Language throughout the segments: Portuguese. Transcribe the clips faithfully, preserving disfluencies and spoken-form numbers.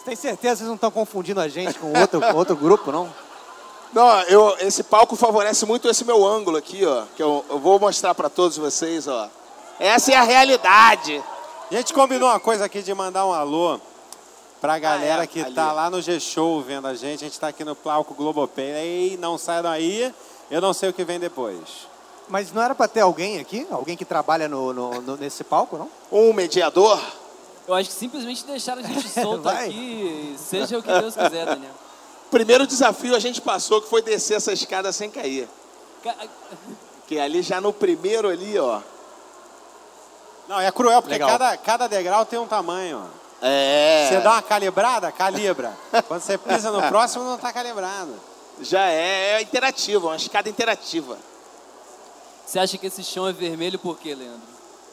Tem certeza que vocês não estão confundindo a gente com outro, outro grupo, não? Não, eu, esse palco favorece muito esse meu ângulo aqui, ó. Que eu, eu vou mostrar pra todos vocês, ó. Essa é a realidade. A gente combinou uma coisa aqui de mandar um alô pra galera ah, é, que ali. Tá lá no G-Show vendo a gente. A gente tá aqui no palco Globoplay. Não saiam aí, eu não sei o que vem depois. Mas não era pra ter alguém aqui? Alguém que trabalha no, no, no, nesse palco, não? Um mediador? Eu acho que simplesmente deixaram a gente solto aqui, seja o que Deus quiser, Daniel. Primeiro desafio a gente passou, que foi descer essa escada sem cair. Ca... Que ali já no primeiro ali, ó. Não, é cruel, porque cada, cada degrau tem um tamanho, ó. É. Você dá uma calibrada, calibra. Quando você pisa no próximo, não tá calibrado. Já é, é interativo, uma escada interativa. Você acha que esse chão é vermelho por quê, Leandro?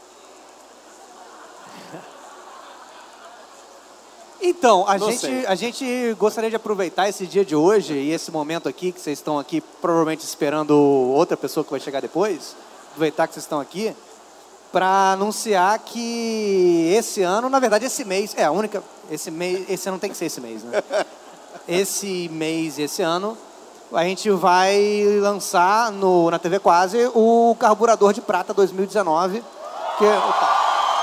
Então, a gente, a gente gostaria de aproveitar esse dia de hoje e esse momento aqui, que vocês estão aqui provavelmente esperando outra pessoa que vai chegar depois, aproveitar que vocês estão aqui, para anunciar que esse ano, na verdade esse mês, é a única, esse mês, esse ano tem que ser esse mês, né? Esse mês e esse ano, a gente vai lançar no, na T V Quase o Carburador de Prata dois mil e dezenove, que... Opa.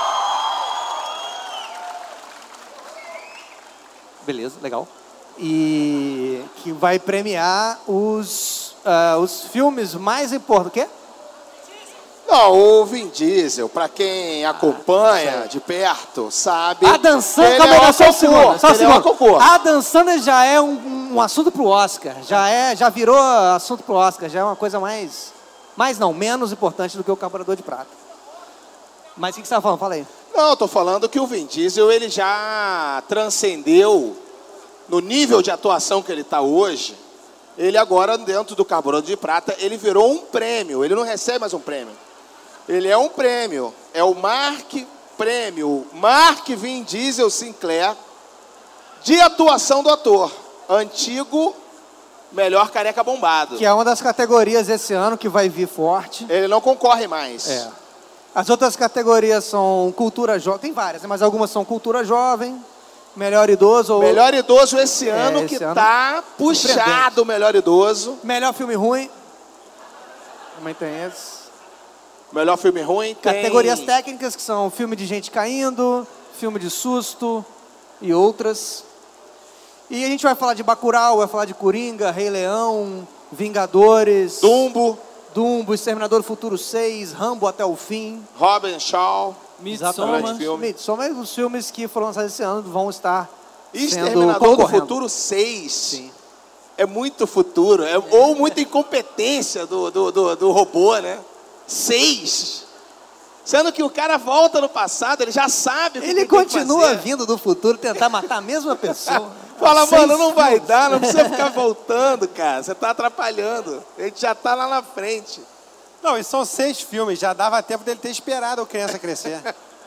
Beleza, legal. E que vai premiar os, uh, os filmes mais importantes. O quê? Não, o Vin Diesel, pra quem acompanha ah, de perto, sabe... Adam Sandler, calma aí, só um segundo. Só um segundo. Adam Sandler já é um, um assunto pro Oscar. Já, é, já virou assunto pro Oscar. Já é uma coisa mais... Mais não, menos importante do que o Carburador de Prata. Mas o que, que você estava falando? Fala aí. Não, eu tô falando que o Vin Diesel, ele já transcendeu no nível de atuação que ele está hoje. Ele agora, dentro do Carburador de Prata, ele virou um prêmio. Ele não recebe mais um prêmio. Ele é um prêmio. É o Mark Prêmio Mark Vin Diesel Sinclair de atuação do ator. Antigo melhor careca bombado. Que é uma das categorias esse ano que vai vir forte. Ele não concorre mais. É. As outras categorias são cultura jovem, tem várias, mas algumas são cultura jovem, melhor idoso. Ou... Melhor idoso esse ano é, esse que ano tá puxado o melhor idoso. Melhor filme ruim. Também tem esse. Melhor filme ruim tem... Categorias técnicas que são filme de gente caindo, filme de susto e outras. E a gente vai falar de Bacurau, vai falar de Coringa, Rei Leão, Vingadores. Dumbo. Dumbo, Exterminador do Futuro seis, Rambo até o fim. Robin Shaw. Midsommar. Midsommar, os filmes que foram lançados esse ano vão estar Exterminador do Futuro seis. Sim. É muito futuro. É, ou muita incompetência do, do, do, do robô, né? seis. Sendo que o cara volta no passado, ele já sabe o que ele tem continua que fazer. Vindo do futuro tentar matar a mesma pessoa. Fala, seis mano, não vai dar, não precisa ficar voltando, cara. Você tá atrapalhando. A gente já tá lá na frente. Não, e são seis filmes, já dava tempo dele ter esperado a criança crescer.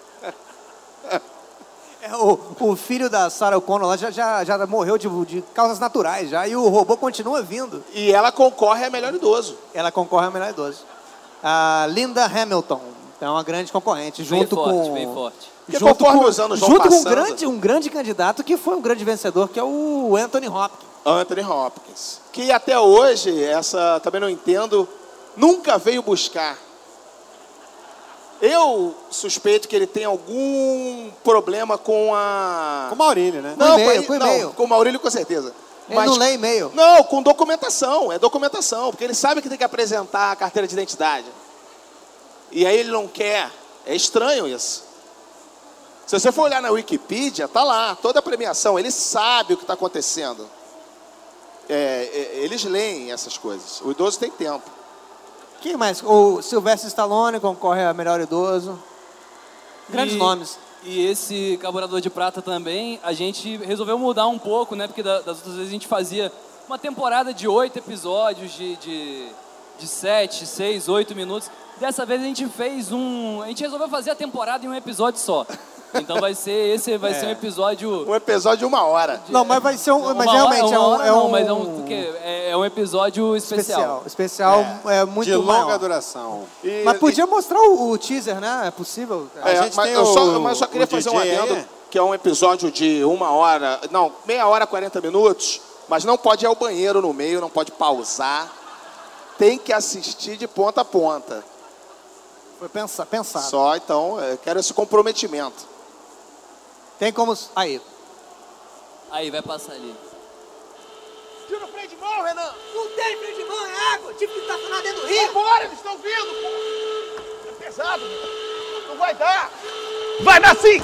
É, o, o filho da Sarah Connor lá já, já, já morreu de, de causas naturais já, e o robô continua vindo. E ela concorre a melhor idoso. Ela concorre a melhor idoso. A Linda Hamilton é uma grande concorrente, junto bem forte, com... Bem forte. Junto com, os anos junto com um, passando, grande, um grande candidato que foi um grande vencedor, que é o Anthony Hopkins. Anthony Hopkins. Que até hoje, essa também não entendo, nunca veio buscar. Eu suspeito que ele tem algum problema com a... Com o Maurílio, né? Não, com e-mail, com, com, e-mail. Não, com o Maurílio com certeza. Ele Mas, não lê e-mail? Não, com documentação. É documentação. Porque ele sabe que tem que apresentar a carteira de identidade. E aí ele não quer. É estranho isso. Se você for olhar na Wikipedia, tá lá, toda a premiação. Ele sabe o que está acontecendo. É, é, eles leem essas coisas. O idoso tem tempo. Quem mais? O Sylvester Stallone concorre a melhor idoso. Grandes e, nomes. E esse Carburador de Prata também, a gente resolveu mudar um pouco, né? Porque das outras vezes a gente fazia uma temporada de oito episódios, de, de, de sete, seis, oito minutos. Dessa vez a gente fez um... A gente resolveu fazer a temporada em um episódio só. Então vai ser, esse vai é. ser um episódio... Um episódio de uma hora. De, não, mas vai ser um... Mas realmente hora, é um... Hora, é um... Não, mas é um, é, é um episódio especial. Especial, especial é, é muito de longa maior. duração. E, mas podia e... mostrar o, o teaser, né? É possível? É, a gente mas, tem eu o, só, mas eu só queria fazer um adendo. que é um episódio de uma hora, não, meia hora, quarenta minutos, mas não pode ir ao banheiro no meio, não pode pausar. Tem que assistir de ponta a ponta. Foi pensar, pensado. Só, então, eu quero esse comprometimento. Tem como... Aí. Aí, vai passar ali. Tira o freio de mão, Renan! Não tem freio de mão, é água. Tive que estacionar dentro do rio. Vambora, eles estão vindo, pô! É pesado, não vai dar! Vai dar sim!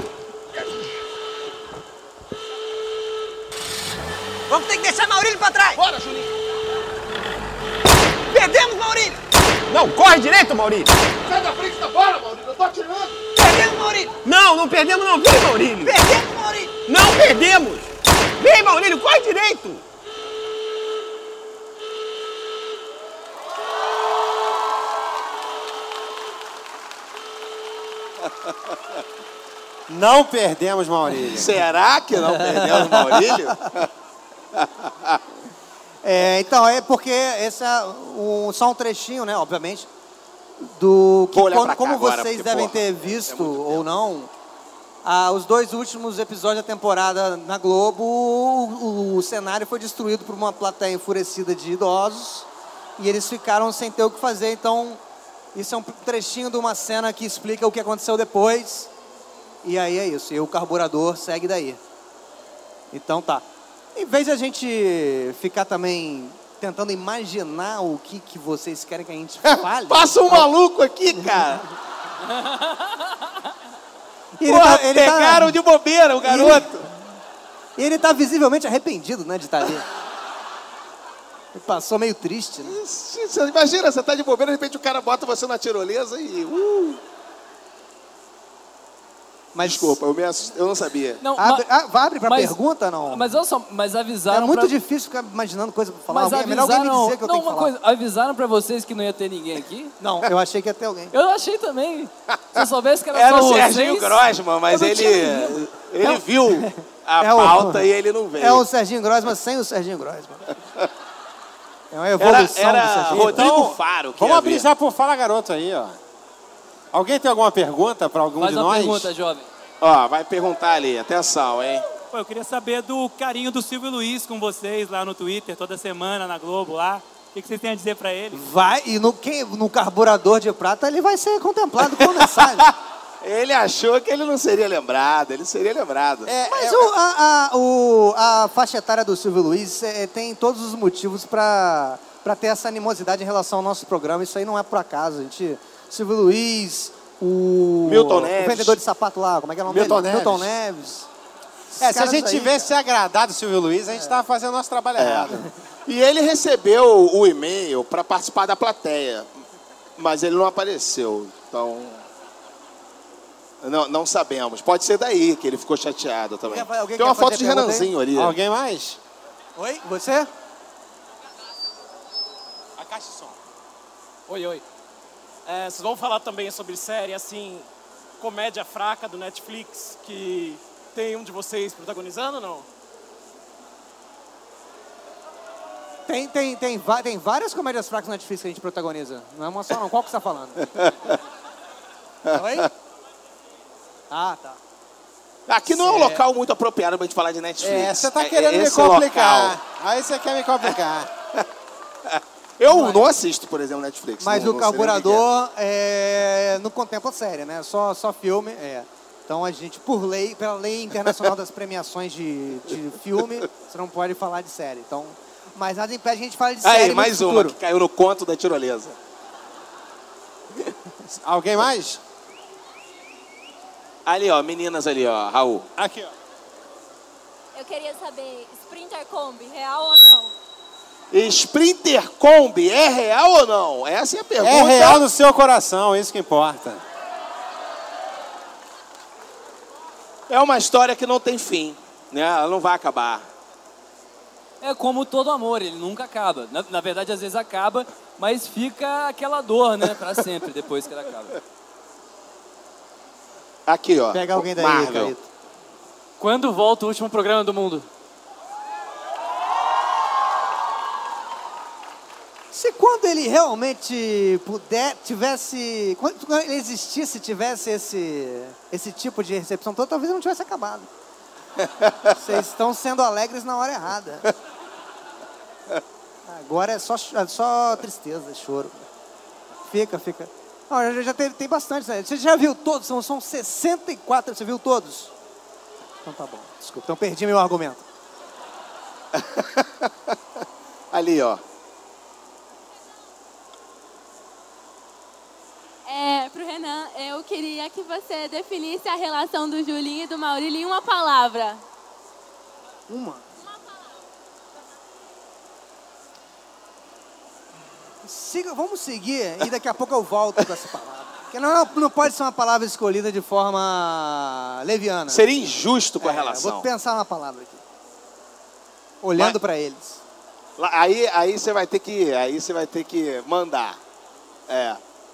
Vamos ter que deixar Maurílio pra trás. Bora, Juninho! Perdemos, Maurílio. Não, corre direito, Maurílio. Sai da frente da bola, Maurílio, eu tô atirando! Perdemos, Maurílio. Não, não perdemos não. Vem, Maurílio. Perdemos, Maurílio. Não perdemos. Vem, Maurílio, corre direito. Não perdemos, Maurílio. Será que não perdemos, Maurílio? É, então, é porque esse é um, só um trechinho, né, obviamente, do que Vou olhar quando- pra cá como agora, vocês porque, devem porra, ter é visto muito ou não, ah, os dois últimos episódios da temporada na Globo, o, o cenário foi destruído por uma plateia enfurecida de idosos e eles ficaram sem ter o que fazer. Então, isso é um trechinho de uma cena que explica o que aconteceu depois. E aí é isso. E o carburador segue daí. Então tá. Em vez de a gente ficar também tentando imaginar o que, que vocês querem que a gente fale. Passa um maluco aqui, cara! ele Porra, tá- ele tá- pegaram de bobeira o garoto! E ele tá visivelmente arrependido, né, de estar ali. Ele passou meio triste, né? Você imagina, você tá de bobeira, de repente o cara bota você na tirolesa e... Uh. Mas Desculpa, eu, me assust... eu não sabia. Não, Abre, ma- ah, vai abrir pra mas- pergunta, não? Mas olha só, mas é avisaram muito pra... difícil ficar imaginando coisa pra falar. Mas Alguém, é melhor alguém me avisaram... dizer que eu não, tenho que uma falar. coisa, avisaram pra vocês que não ia ter ninguém aqui? Não, eu achei que ia ter alguém. Eu achei também. Se eu soubesse que era, Era só o Serginho vocês... Grossman, mas eu não ele, tinha vindo. ele viu a é o- pauta e ele não veio. É o Serginho Grossman sem o Serginho Grossman. É uma Era, evolução do era Serginho. Rodrigo Então, Faro que Vamos ia abrir ver. já por Fala Garoto aí, ó. Alguém tem alguma pergunta para algum Faz de uma nós? pergunta, jovem. Ó, vai perguntar ali, atenção, hein? Pô, eu queria saber do carinho do Silvio Luiz com vocês lá no Twitter, toda semana na Globo lá. O que que vocês têm a dizer pra ele? Vai, e no, quem, no carburador de prata ele vai ser contemplado com mensagem. Ele achou que ele não seria lembrado, ele seria lembrado. É, Mas é- o, a, a, o, a faixa etária do Silvio Luiz é, tem todos os motivos para ter essa animosidade em relação ao nosso programa. Isso aí não é por acaso. A gente, Silvio Luiz, o, Milton o Neves. vendedor de sapato lá, como é que é o nome Milton dele? Neves. Milton Neves. é, se a caras gente aí, tivesse agradado o Silvio Luiz, a gente estava fazendo nosso trabalho errado. E ele recebeu o e-mail para participar da plateia, mas ele não apareceu, então não, não sabemos. Pode ser daí que ele ficou chateado também. Alguém- alguém Tem uma quer foto fazer de pergunta aí? Renanzinho ali. Alguém mais? Oi, você? A caixa de som. Oi, oi. É, vocês vão falar também sobre série, assim, comédia fraca do Netflix, que tem um de vocês protagonizando ou não? Tem, tem, tem, va- tem várias comédias fracas no Netflix que a gente protagoniza. Não é uma só, não. Qual que você está falando? Oi? Ah, tá. Aqui não é um local muito apropriado pra gente falar de Netflix. É, você tá É- querendo é me esse complicar. local. Aí você quer me complicar. Eu não assisto, por exemplo, Netflix. Mas não, o não sei nem que que é. carburador é, não contempla série, né? Só, só filme. É. Então a gente, por lei, pela lei internacional das premiações de, de filme, você não pode falar de série. Então, mas nada impede que a gente fale de série Aí, no mais uma futuro. que caiu no conto da tirolesa. Alguém mais? Ali, ó, meninas ali, ó, Raul. Aqui, ó. Eu queria saber, Sprinter Kombi, real ou não? Sprinter Kombi é real ou não? Essa é a pergunta. É real no seu coração, isso que importa. É uma história que não tem fim, né? Ela não vai acabar. É como todo amor, ele nunca acaba. Na, na verdade, às vezes acaba, mas fica aquela dor, né? Pra sempre, depois que ele acaba. Aqui, ó. Pega alguém daí, Marvel. Caíto. Quando volta o último programa do mundo? Se quando ele realmente puder, tivesse... Quando quando ele existisse, tivesse esse, esse tipo de recepção toda, talvez não tivesse acabado. Vocês estão sendo alegres na hora errada. Agora é só, é só tristeza, choro. Fica, fica. Não, já, já tem, tem bastante, né? Você já viu todos? São, são sessenta e quatro, você viu todos? Então tá bom, desculpa. Então perdi meu argumento. Ali, ó. É, pro Renan, eu queria que você definisse a relação do Julinho e do Maurílio em uma palavra. Uma? Siga, vamos seguir e daqui a pouco eu volto com essa palavra. Porque não, não pode ser uma palavra escolhida de forma leviana. Seria injusto com a é, relação. Vou pensar uma palavra aqui. Olhando para eles. Aí, aí você vai ter que, aí você vai ter que mandar. É.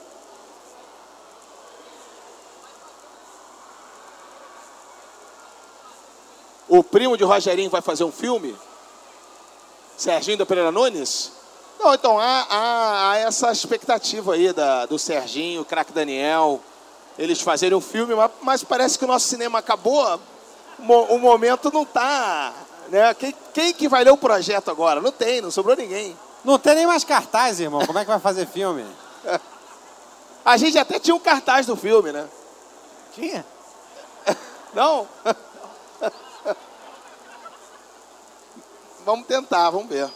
O primo de Rogerinho vai fazer um filme? Serginho da Pereira Nunes? Não, então há, há, há essa expectativa aí da, do Serginho, o craque Daniel, eles fazerem um filme, mas, mas parece que o nosso cinema acabou, o, o momento não tá, né? Quem, quem que vai ler o projeto agora? Não tem, não sobrou ninguém. Não tem nem mais cartaz, irmão, como é que vai fazer filme? A gente até tinha um cartaz do filme, né? Tinha? Não? Vamos tentar, vamos ver.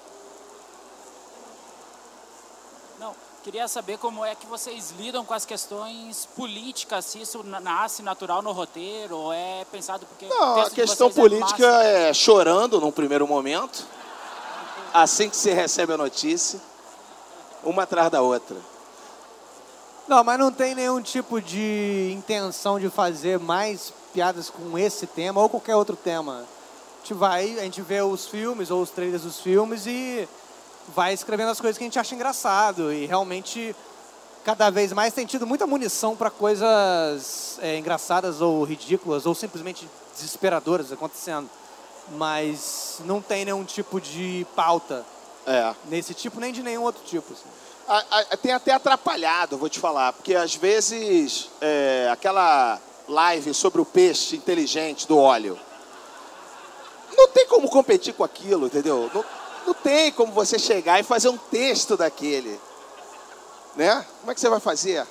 Não, queria saber como é que vocês lidam com as questões políticas, se isso nasce natural no roteiro, ou é pensado porque... Não, a questão política é, é chorando num primeiro momento, assim que se recebe a notícia, uma atrás da outra. Não, mas não tem nenhum tipo de intenção de fazer mais piadas com esse tema ou qualquer outro tema. A gente vai, a gente vê os filmes ou os trailers dos filmes e vai escrevendo as coisas que a gente acha engraçado. E realmente, cada vez mais tem tido muita munição para coisas é, engraçadas ou ridículas ou simplesmente desesperadoras acontecendo. Mas não tem nenhum tipo de pauta é. nesse tipo, nem de nenhum outro tipo. Assim. A, a, tem até atrapalhado, vou te falar, porque às vezes é, aquela live sobre o peixe inteligente do óleo, não tem como competir com aquilo, entendeu? Não, não tem como você chegar e fazer um texto daquele, né? Como é que você vai fazer?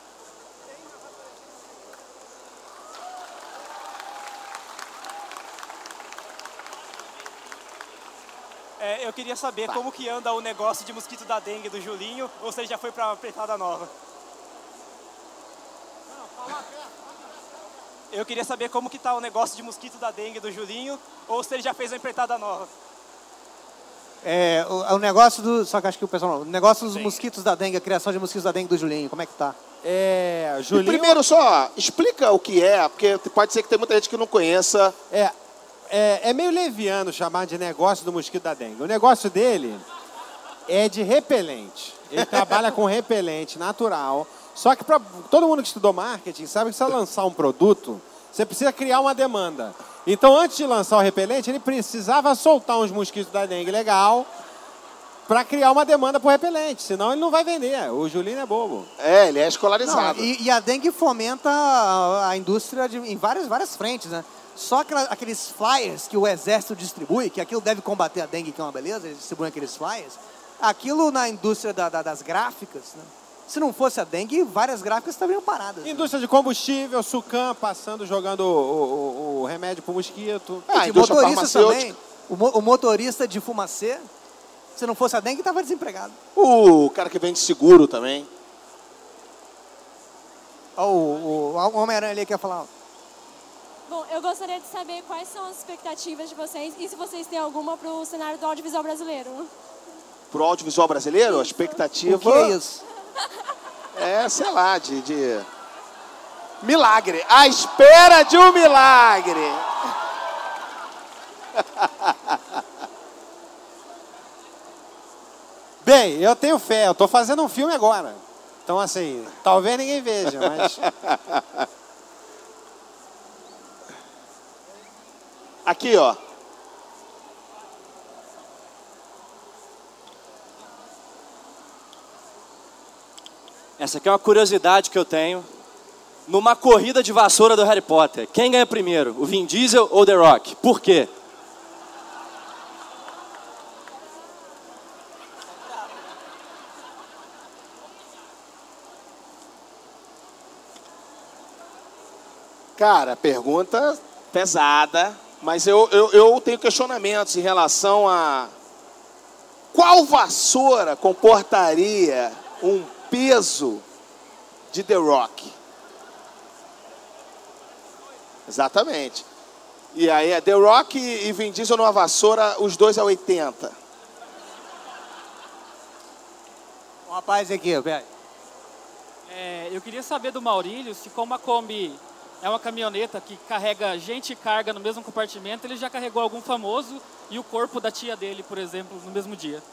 É, eu queria saber tá. como que anda o negócio de mosquito da dengue do Julinho, ou você já foi pra Apertada Nova? Eu queria saber como que tá o negócio de mosquito da dengue do Julinho, ou se ele já fez uma empreitada nova. É, o, o negócio do... Só que acho que o pessoal não... O negócio dos Sim. mosquitos da dengue, a criação de mosquitos da dengue do Julinho, como é que tá? É, Julinho... E primeiro só, explica o que é, porque pode ser que tem muita gente que não conheça. É, é, é meio leviano chamar de negócio do mosquito da dengue. O negócio dele é de repelente. Ele trabalha com repelente natural. Só que pra, todo mundo que estudou marketing sabe que se você lançar um produto, você precisa criar uma demanda. Então, antes de lançar o repelente, ele precisava soltar uns mosquitos da dengue legal para criar uma demanda para o repelente. Senão ele não vai vender. O Julinho é bobo. É, ele é escolarizado. Não, e, e a dengue fomenta a, a indústria de, em várias, várias frentes, né? Só aquela, aqueles flyers que o exército distribui, que aquilo deve combater a dengue, que é uma beleza, eles distribuem aqueles flyers. Aquilo na indústria da, da, das gráficas, né? Se não fosse a dengue, várias gráficas estariam paradas. Indústria né? de combustível, Sucam passando, jogando o, o, o remédio para o mosquito. Ah, e motorista também. O, o motorista de fumacê, se não fosse a dengue, estava desempregado. O cara que vende seguro também. Oh, o, o, o Homem-Aranha ali quer falar. Bom, eu gostaria de saber quais são as expectativas de vocês e se vocês têm alguma para o cenário do audiovisual brasileiro. Para o audiovisual brasileiro, a expectativa... O que é isso? É, sei lá, de, de... milagre. À espera de um milagre. Bem, eu tenho fé. Eu tô fazendo um filme agora. Então, assim, talvez ninguém veja, mas... Aqui, ó. Essa aqui é uma curiosidade que eu tenho. Numa corrida de vassoura do Harry Potter, quem ganha primeiro, o Vin Diesel ou The Rock? Por quê? Cara, pergunta pesada, mas eu, eu, eu tenho questionamentos em relação a qual vassoura comportaria um peso de The Rock. Exatamente. E aí é The Rock e Vin Diesel numa vassoura, os dois a oitenta. Um rapaz aqui, velho. É, eu queria saber do Maurílio se, como a Kombi é uma caminhoneta que carrega gente e carga no mesmo compartimento, ele já carregou algum famoso e o corpo da tia dele, por exemplo, no mesmo dia.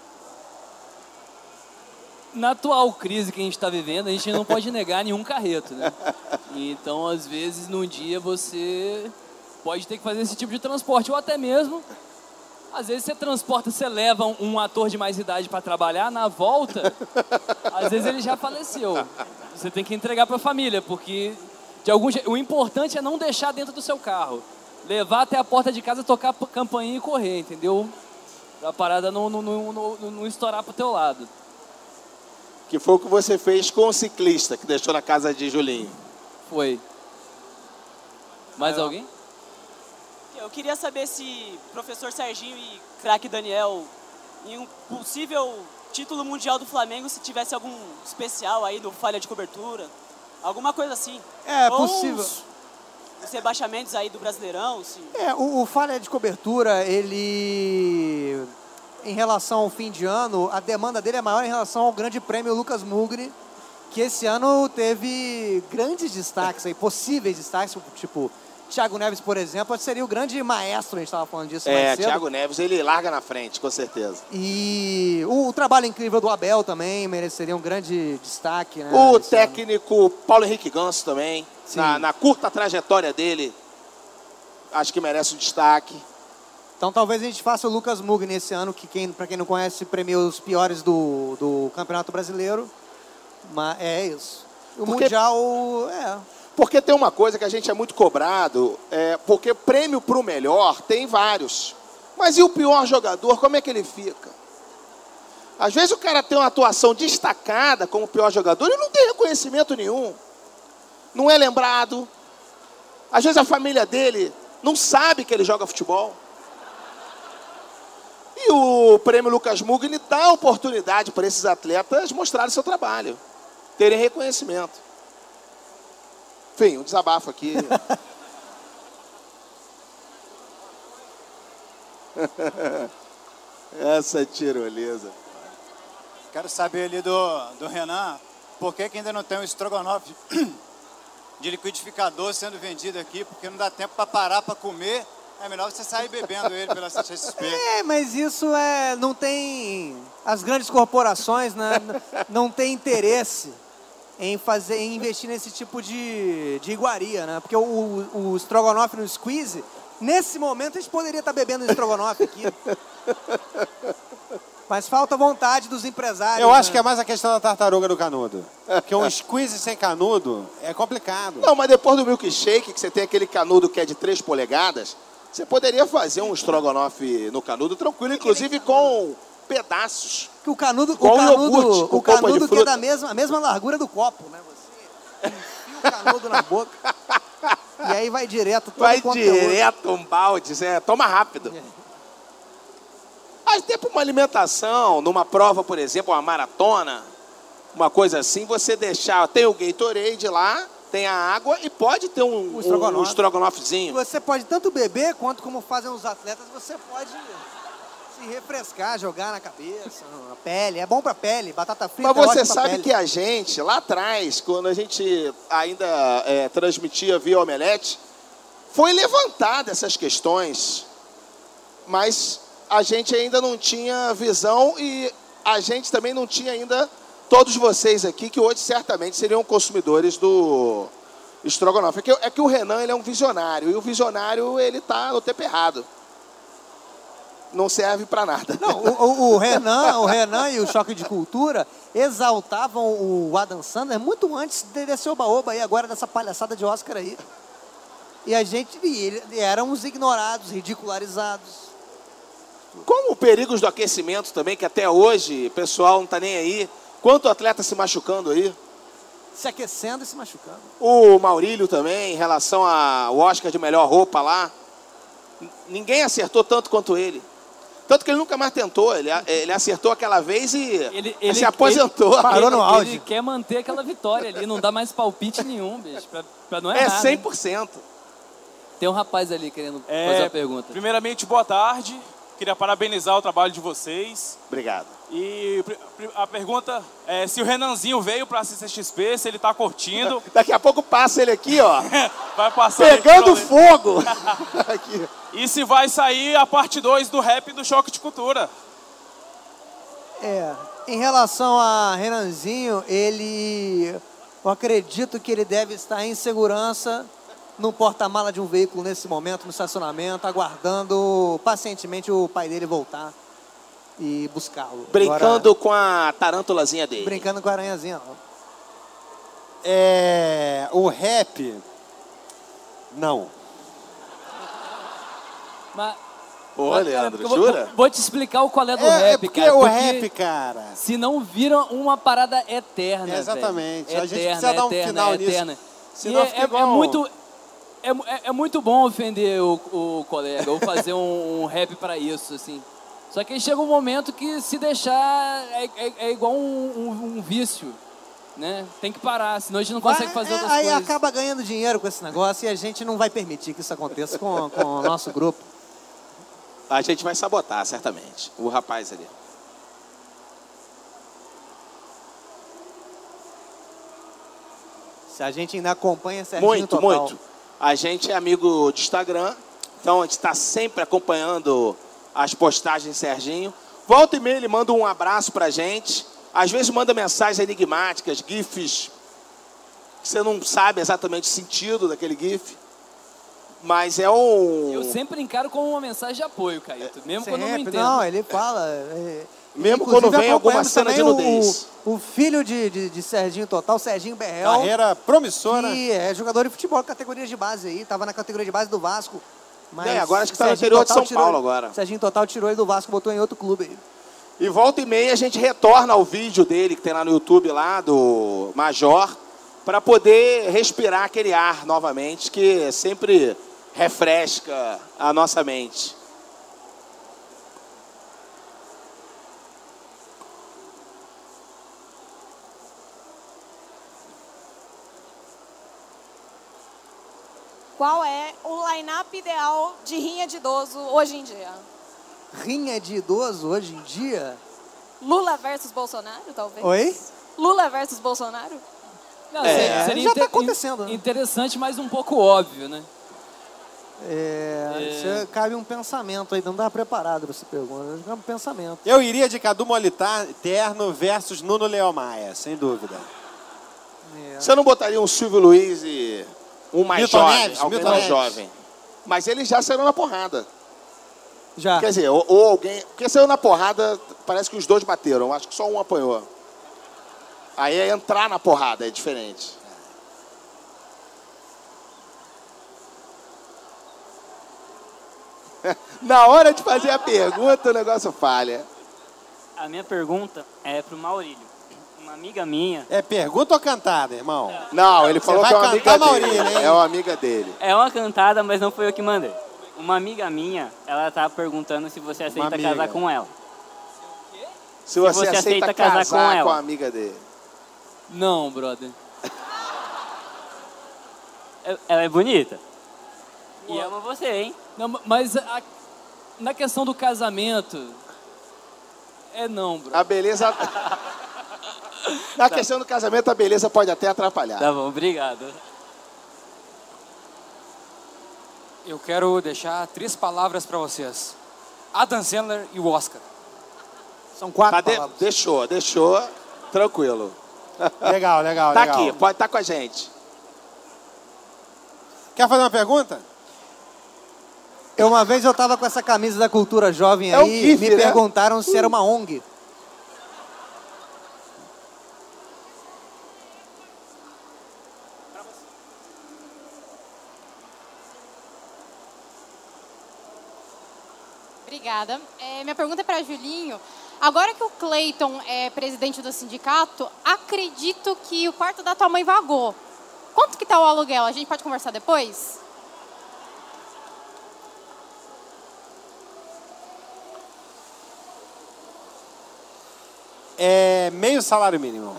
Na atual crise que a gente está vivendo, a gente não pode negar nenhum carreto, né? Então, às vezes, num dia você pode ter que fazer esse tipo de transporte, ou até mesmo, às vezes você transporta, você leva um, um ator de mais idade para trabalhar, na volta, às vezes ele já faleceu. Você tem que entregar para a família, porque de algum jeito, o importante é não deixar dentro do seu carro. Levar até a porta de casa, tocar a campainha e correr, entendeu? Pra parada não, não, não, não, não estourar pro teu lado. Que foi o que você fez com o ciclista que deixou na casa de Julinho. Foi. Mais alguém? Eu queria saber se professor Serginho e craque Daniel, em um possível título mundial do Flamengo, se tivesse algum especial aí no falha de cobertura, alguma coisa assim. É Ou possível. Os, os rebaixamentos aí do Brasileirão. Se... É, o, o falha de cobertura, ele... Em relação ao fim de ano, a demanda dele é maior em relação ao grande prêmio Lucas Mugni, que esse ano teve grandes destaques aí, possíveis destaques, tipo, Thiago Neves, por exemplo, seria o grande maestro, a gente estava falando disso É, mais cedo. Thiago Neves, ele larga na frente, com certeza. E o, o trabalho incrível do Abel também mereceria um grande destaque, né? O esse técnico Paulo Henrique Ganso também, Sim. na, na curta trajetória dele, acho que merece um destaque. Então talvez a gente faça o Lucas Mugni esse ano, que quem, para quem não conhece, premiou os piores do, do Campeonato Brasileiro. Mas é isso. O Porque- Mundial, é... Porque tem uma coisa que a gente é muito cobrado, é, porque prêmio pro melhor tem vários. Mas e o pior jogador, como é que ele fica? Às vezes o cara tem uma atuação destacada como pior jogador e não tem reconhecimento nenhum. Não é lembrado. Às vezes a família dele não sabe que ele joga futebol. E o prêmio Lucas Mugni dá oportunidade para esses atletas mostrarem seu trabalho, terem reconhecimento. Enfim, um desabafo aqui. Essa tirolesa. Quero saber ali do, do Renan, por que, que ainda não tem um estrogonofe de liquidificador sendo vendido aqui, porque não dá tempo para parar para comer. É melhor você sair bebendo ele pela C X P. É, mas isso é, não tem... As grandes corporações, né, não têm interesse em fazer, em investir nesse tipo de, de iguaria, né? Porque o, o, o estrogonofe no squeeze, nesse momento a gente poderia estar bebendo estrogonofe aqui. Mas falta vontade dos empresários. Eu acho né? que é mais a questão da tartaruga do canudo. Porque um squeeze sem canudo é complicado. Não, mas depois do milkshake, que você tem aquele canudo que é de três polegadas, você poderia fazer um estrogonofe no canudo tranquilo, inclusive com pedaços. Que o canudo, Com o canudo, iogurte, com o polpa de canudo que é fruta. da mesma, a mesma largura do copo, né? Você enfia o canudo na boca e aí vai direto. todo Vai o conteúdo. direto um balde, é, toma rápido. Mas tem para uma alimentação, numa prova, por exemplo, uma maratona, uma coisa assim, você deixar... Tem o Gatorade lá, tem a água e pode ter um, O um, estrogonofe. um estrogonofezinho. Você pode tanto beber quanto como fazem os atletas, você pode se refrescar, jogar na cabeça, na pele. É bom pra pele, batata frita. Mas é você ótimo pra sabe pele. que a gente, lá atrás, quando a gente ainda é, transmitia via Omelete, foi levantada essas questões, mas a gente ainda não tinha visão e a gente também não tinha ainda todos vocês aqui, que hoje certamente seriam consumidores do estrogonofe. É que, é que o Renan ele é um visionário, e o visionário ele está no tempo errado. não serve pra nada. Não, o, o- o Renan, o Renan e o Choque de Cultura exaltavam o Adam Sandler muito antes de descer o baoba aí, agora dessa palhaçada de Oscar aí. E a gente, e ele- e éramos ignorados, ridicularizados. Como perigos do aquecimento também, que até hoje o pessoal não tá nem aí. Quanto atleta se machucando aí? Se aquecendo e se machucando. O Maurílio também, em relação ao Oscar de melhor roupa lá. N- Ninguém acertou tanto quanto ele. Tanto que ele nunca mais tentou. Ele, a- ele acertou aquela vez e Ele, ele, se aposentou. ele, Ele quer manter aquela vitória ali, não dá mais palpite nenhum, bicho, pra, pra não É errar. cem né? por cento. Tem um rapaz ali querendo É, fazer a pergunta. Primeiramente, boa tarde. Queria parabenizar o trabalho de vocês. Obrigado. E pri- pri- a pergunta é se o Renanzinho veio para a C C X P, se ele está curtindo. Daqui a pouco passa ele aqui, ó. Vai passar Pegando ele- fogo. Aqui. E se vai sair a parte dois do rap do Choque de Cultura. É, em relação a Renanzinho, ele... Eu acredito que ele deve estar em segurança no porta-mala de um veículo nesse momento, no estacionamento, aguardando pacientemente o pai dele voltar e buscá-lo. Brincando Agora, com a tarântulazinha dele. brincando com a aranhazinha, não. É, o rap, não. Mas, Ô, mas, Leandro, eu vou- jura? Vou, vou te explicar o qual é do É, é rap, porque cara. o porque rap, cara. Se não vira uma parada eterna, É, exatamente. velho. A gente Eterna, precisa dar um eterna, final nisso. eterna. Senão E fica é, é- igual- é muito... É, é- é muito bom ofender o, o colega, ou fazer um, um rap pra isso, assim. Só que aí chega um momento que se deixar é, é- é igual um, um- um vício, né? Tem que parar, senão a gente não consegue fazer É, outras aí coisas. acaba ganhando dinheiro com esse negócio e a gente não vai permitir que isso aconteça com, com o nosso grupo. A gente vai sabotar, certamente. O rapaz ali. Se a gente ainda acompanha Serginho Muito, Total. muito. A gente é amigo de Instagram, então a gente está sempre acompanhando as postagens de Serginho. Volta e meia ele manda um abraço pra gente. Às vezes manda mensagens enigmáticas, gifs, que você não sabe exatamente o sentido daquele gif. Mas é um... Eu sempre encaro como uma mensagem de apoio, Caíto, mesmo quando eu não Sempre, entendo. não, ele fala. é, Mesmo inclusive, quando vem alguma acompanhamos cena de também nudez. O, o filho de, de, de Serginho Total, Serginho Berrel. Carreira promissora. Que é jogador de futebol, categoria de base aí. Tava na categoria de base do Vasco. Mas É, agora acho que tá no Serginho interior de Total São tirou- Paulo agora. Serginho Total tirou ele do Vasco, botou em outro clube aí. E volta e meia a gente retorna ao vídeo dele que tem lá no YouTube, lá do Major, para poder respirar aquele ar novamente, que sempre refresca a nossa mente. Qual é o line-up ideal de rinha de idoso hoje em dia? Rinha de idoso hoje em dia? Lula versus Bolsonaro, talvez? Oi? Lula versus Bolsonaro? Não, É, seria- seria já tá inte- acontecendo, né? Interessante, mas um pouco óbvio, né? É, É. isso cabe um pensamento aí, não dá preparado para essa pergunta. Cabe um pensamento. Eu iria de Cadu Molitá, Terno versus Nuno Leão Maia, sem dúvida. Você não botaria um Silvio Luiz e um mais Milton jovem, Neves, alguém Milton mais Neves. jovem? Mas eles já saíram na porrada. Já. Quer dizer, ou, ou alguém... Porque saiu na porrada, parece que os dois bateram. Acho que só um apanhou. Aí é entrar na porrada, é diferente. Na hora de fazer a pergunta, o negócio falha. A minha pergunta é pro Maurílio. Uma amiga minha. É pergunta ou cantada, irmão? Não, ele Você falou vai que é uma amiga cantar, dele. Maurílio, hein? É uma amiga dele. É uma cantada, mas não foi eu que mandei. Uma amiga minha, ela tá perguntando se você aceita amiga. casar com ela. Se você, aceita, casar, com, ela. a amiga dele. Não, brother. É- Ela é bonita. E ama você, hein? Não, mas a- na questão do casamento, é não, bro. A beleza... Na questão do casamento, a beleza pode até atrapalhar. Tá bom, obrigado. Eu quero deixar três palavras para vocês. Adam Sandler e o Oscar. São quatro Tá de- palavras. Deixou, deixou. Tranquilo. Legal, legal, Tá legal. aqui, pode estar com a gente. Quer fazer uma pergunta? Eu, uma vez eu tava com essa camisa da Cultura Jovem É um aí, gif, me né? perguntaram se era uma O N G. Obrigada. É, minha pergunta é para Julinho. Agora que o Cleiton é presidente do sindicato, acredito que o quarto da tua mãe vagou. Quanto que tá o aluguel? A gente pode conversar depois? É meio salário mínimo.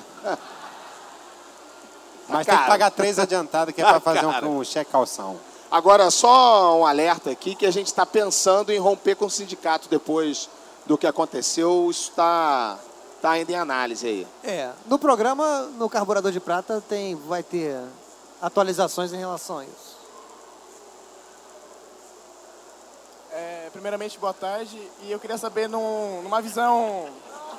Mas tem que Cara. pagar três adiantado, que é para Ah, fazer cara. um, um cheque calção. Agora, só um alerta aqui que a gente está pensando em romper com o sindicato depois do que aconteceu. Isso está tá ainda em análise aí. É, no programa, no Carburador de Prata, tem, vai ter atualizações em relação a isso. É, primeiramente, boa tarde. E eu queria saber, num, numa visão...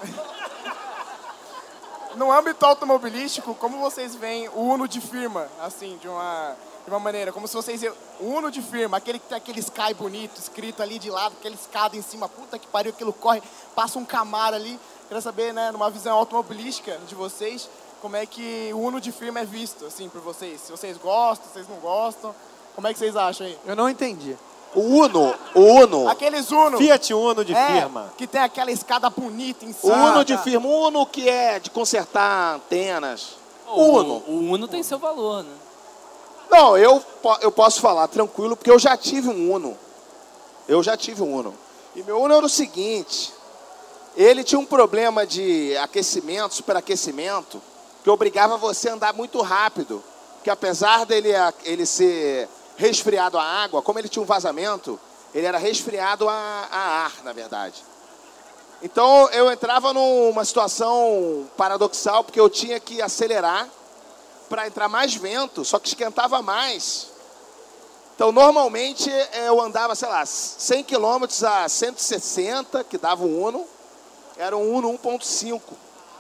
no âmbito automobilístico, como vocês veem o Uno de firma, assim, de uma, de uma maneira, como se vocês... O Uno de firma, aquele que tem aquele Sky bonito, escrito ali de lado, aquele escada em cima, puta que pariu, aquilo corre, passa um Camaro ali. Queria saber, né, numa visão automobilística de vocês, como é que o Uno de firma é visto, assim, por vocês. Se vocês gostam, se vocês não gostam, como é que vocês acham aí? Eu não entendi. O Uno, o Uno... Aqueles Uno... Fiat Uno de é, firma. que tem aquela escada bonita em O cima. Uno de firma, o Uno que é de consertar antenas. O Uno. O Uno tem seu valor, né? Não, eu, po- eu posso falar tranquilo, porque eu já tive um Uno. Eu já tive um Uno. E meu Uno era o seguinte, ele tinha um problema de aquecimento, superaquecimento, que obrigava você a andar muito rápido. Que apesar dele a- ele ser resfriado a água, como ele tinha um vazamento, ele era resfriado a, a ar, na verdade. Então eu entrava numa situação paradoxal, porque eu tinha que acelerar para entrar mais vento, só que esquentava mais. Então normalmente eu andava, sei lá, cem quilômetros a cento e sessenta, que dava um Uno, era um Uno um ponto cinco.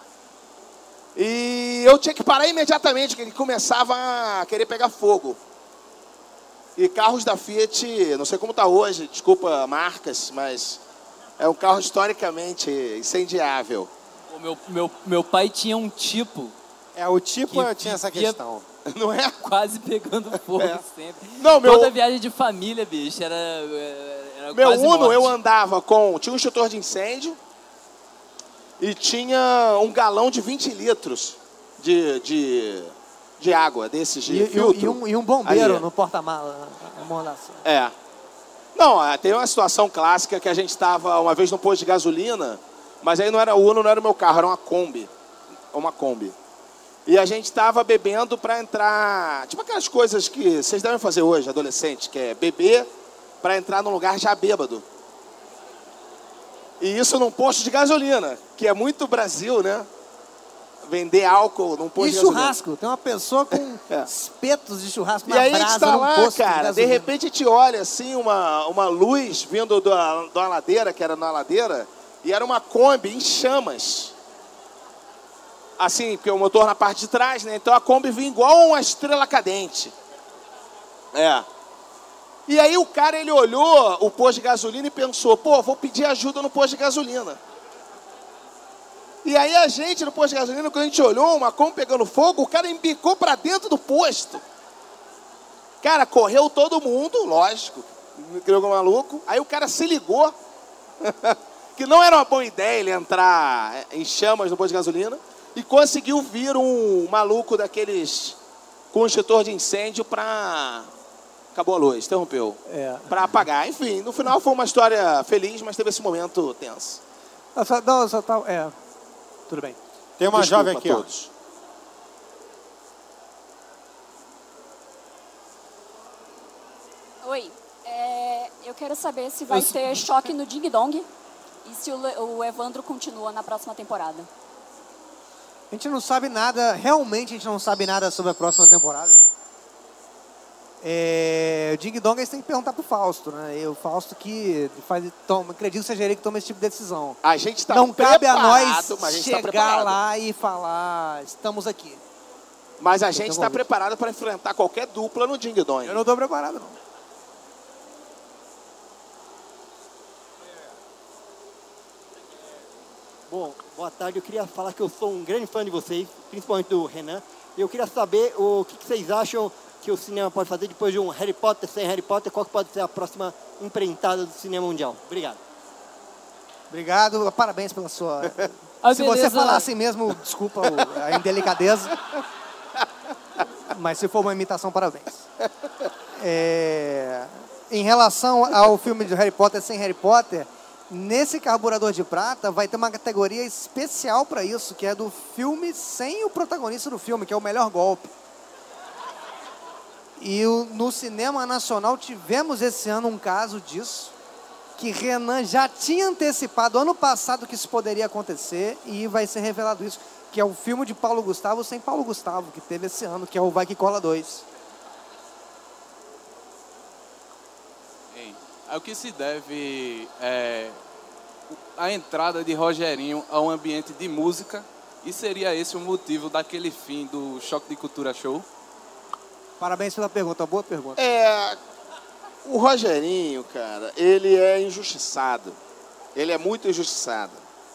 E eu tinha que parar imediatamente, porque ele começava a querer pegar fogo. E carros da Fiat, não sei como está hoje, desculpa marcas, mas é um carro historicamente incendiável. O meu, meu, meu pai tinha um tipo. É, o tipo que eu tinha essa vivia questão. Não é? Quase pegando fogo É. sempre. Não, meu- Toda viagem de família, bicho, era, era Meu quase Uno morte. eu andava com, tinha um extintor de incêndio e tinha um galão de vinte litros de, de, de água, desses de E, e- filtro. e um, e um bombeiro Ali. no porta-mala. na amordação. É. Não, é, tem uma situação clássica que a gente estava uma vez no posto de gasolina, mas aí não era o Uno, não era o meu carro, era uma Kombi. Uma Kombi. E a gente estava bebendo para entrar, tipo aquelas coisas que vocês devem fazer hoje, adolescente, que é beber para entrar num lugar já bêbado. E isso num posto de gasolina, que é muito Brasil, né? Vender álcool num posto E de gasolina. churrasco. Tem uma pessoa com espetos de churrasco E na aí a brasa gente tá num lá, posto de cara, de gasolina. repente a gente olha assim, uma, uma luz vindo da, da ladeira, que era na ladeira, e era uma Kombi em chamas. Assim, porque o motor na parte de trás, né? Então a Kombi vinha igual uma estrela cadente. É. E aí o cara, ele olhou o posto de gasolina e pensou, pô, vou pedir ajuda no posto de gasolina. E aí a gente, no posto de gasolina, quando a gente olhou uma Kombi pegando fogo, o cara embicou pra dentro do posto. Cara, correu todo mundo, lógico, criou um maluco. Aí o cara se ligou que não era uma boa ideia ele entrar em chamas no posto de gasolina e conseguiu vir um maluco daqueles com um extintor de incêndio pra... Acabou a luz, interrompeu. É. Pra apagar. Enfim, no final foi uma história feliz, mas teve esse momento tenso. Ah, só, não, só tá, é, tudo bem. Tem uma Desculpa jovem aqui, a ó. todos. Oi, é, eu quero saber se vai ter choque no Ding Dong e se o, Le- o Evandro continua na próxima temporada. A gente não sabe nada, realmente a gente não sabe nada sobre a próxima temporada. É, o Ding Dong, eles têm que perguntar pro Fausto, né? E o Fausto que faz, toma, acredito que seja ele que toma esse tipo de decisão. A gente tá Não cabe a preparado, nós mas a gente tá chegar preparado. lá e falar, estamos aqui. Mas a gente Então, está vamos. preparado para enfrentar qualquer dupla no Ding Dong. Eu não estou preparado, não. Bom, boa tarde. Eu queria falar que eu sou um grande fã de vocês, principalmente do Renan. E eu queria saber o que, que vocês acham que o cinema pode fazer depois de um Harry Potter sem Harry Potter. Qual que pode ser a próxima empreitada do cinema mundial? Obrigado. Obrigado, parabéns pela sua... A se beleza- você falar assim mesmo, desculpa o- a indelicadeza. Mas se for uma imitação, parabéns. É, Em relação ao filme de Harry Potter sem Harry Potter, nesse Carburador de Prata vai ter uma categoria especial para isso, que é do filme sem o protagonista do filme, que é o melhor golpe. E o- no cinema nacional tivemos esse ano um caso disso, que Renan já tinha antecipado ano passado que isso poderia acontecer e vai ser revelado isso, que é o filme de Paulo Gustavo sem Paulo Gustavo, que teve esse ano, que é o Vai Que Cola dois. Ei, ao que se deve é, a entrada de Rogerinho a um ambiente de música, e seria esse o motivo daquele fim do Choque de Cultura Show? Parabéns pela pergunta, boa pergunta. É, o Rogerinho, cara, ele é injustiçado. Ele é muito injustiçado.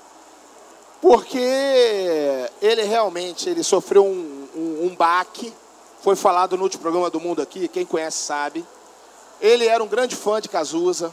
Porque ele realmente ele sofreu um, um, um baque. Foi falado no último programa do Mundo aqui, quem conhece sabe. Ele era um grande fã de Cazuza.